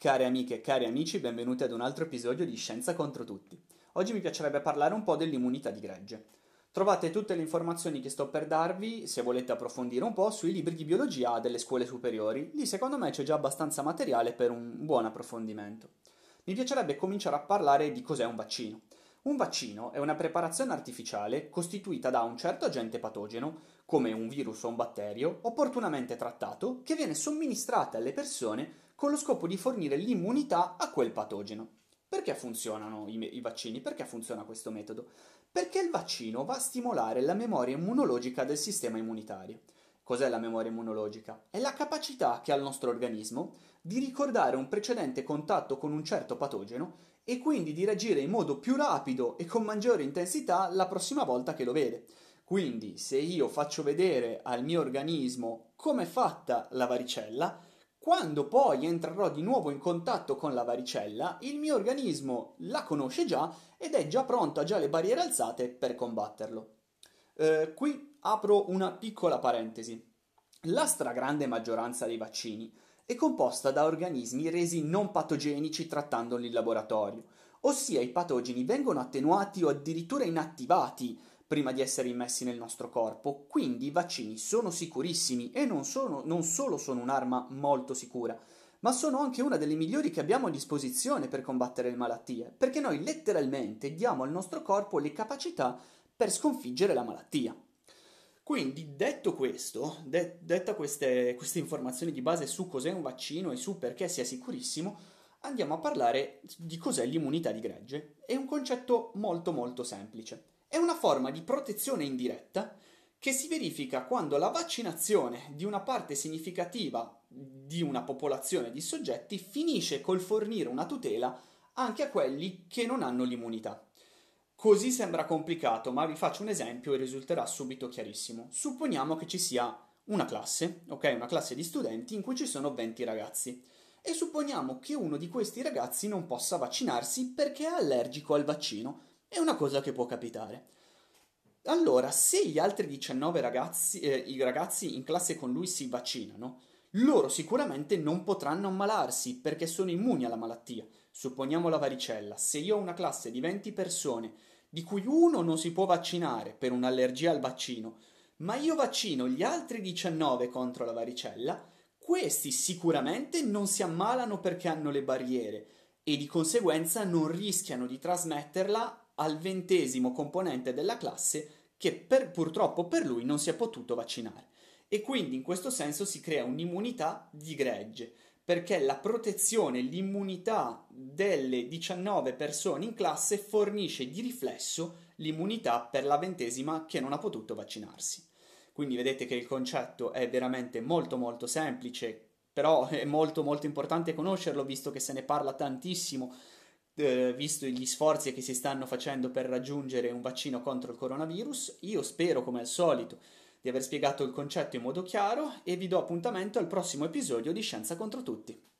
Care amiche e cari amici, benvenuti ad un altro episodio di Scienza contro tutti. Oggi mi piacerebbe parlare un po' dell'immunità di gregge. Trovate tutte le informazioni che sto per darvi, se volete approfondire un po', sui libri di biologia delle scuole superiori. Lì secondo me c'è già abbastanza materiale per un buon approfondimento. Mi piacerebbe cominciare a parlare di cos'è un vaccino. Un vaccino è una preparazione artificiale costituita da un certo agente patogeno, come un virus o un batterio, opportunamente trattato, che viene somministrata alle persone con lo scopo di fornire l'immunità a quel patogeno. Perché funzionano i vaccini? Perché funziona questo metodo? Perché il vaccino va a stimolare la memoria immunologica del sistema immunitario. Cos'è la memoria immunologica? È la capacità che ha il nostro organismo di ricordare un precedente contatto con un certo patogeno e quindi di reagire in modo più rapido e con maggiore intensità la prossima volta che lo vede. Quindi, se io faccio vedere al mio organismo come è fatta la varicella, quando poi entrerò di nuovo in contatto con la varicella, il mio organismo la conosce già ed è già pronto, ha già le barriere alzate per combatterlo. Qui apro una piccola parentesi. La stragrande maggioranza dei vaccini è composta da organismi resi non patogenici trattandoli in laboratorio, ossia i patogeni vengono attenuati o addirittura inattivati prima di essere immessi nel nostro corpo, quindi i vaccini sono sicurissimi e non solo sono un'arma molto sicura, ma sono anche una delle migliori che abbiamo a disposizione per combattere le malattie, perché noi letteralmente diamo al nostro corpo le capacità per sconfiggere la malattia. Quindi, detto questo, detta queste informazioni di base su cos'è un vaccino e su perché sia sicurissimo, andiamo a parlare di cos'è l'immunità di gregge. È un concetto molto semplice. È una forma di protezione indiretta che si verifica quando la vaccinazione di una parte significativa di una popolazione di soggetti finisce col fornire una tutela anche a quelli che non hanno l'immunità. Così sembra complicato, ma vi faccio un esempio e risulterà subito chiarissimo. Supponiamo che ci sia una classe, ok? Una classe di studenti in cui ci sono 20 ragazzi. E supponiamo che uno di questi ragazzi non possa vaccinarsi perché è allergico al vaccino. È una cosa che può capitare. Allora, se gli altri 19 ragazzi, i ragazzi in classe con lui si vaccinano, loro sicuramente non potranno ammalarsi perché sono immuni alla malattia. Supponiamo la varicella. Se io ho una classe di 20 persone di cui uno non si può vaccinare per un'allergia al vaccino, ma io vaccino gli altri 19 contro la varicella, questi sicuramente non si ammalano perché hanno le barriere e di conseguenza non rischiano di trasmetterla al 20° componente della classe che purtroppo per lui non si è potuto vaccinare. E quindi in questo senso si crea un'immunità di gregge, perché la protezione, l'immunità delle 19 persone in classe fornisce di riflesso l'immunità per la 20ª che non ha potuto vaccinarsi. Quindi vedete che il concetto è veramente molto semplice, però è molto importante conoscerlo visto che se ne parla tantissimo, visto gli sforzi che si stanno facendo per raggiungere un vaccino contro il coronavirus. Io spero, come al solito, di aver spiegato il concetto in modo chiaro e vi do appuntamento al prossimo episodio di Scienza contro tutti.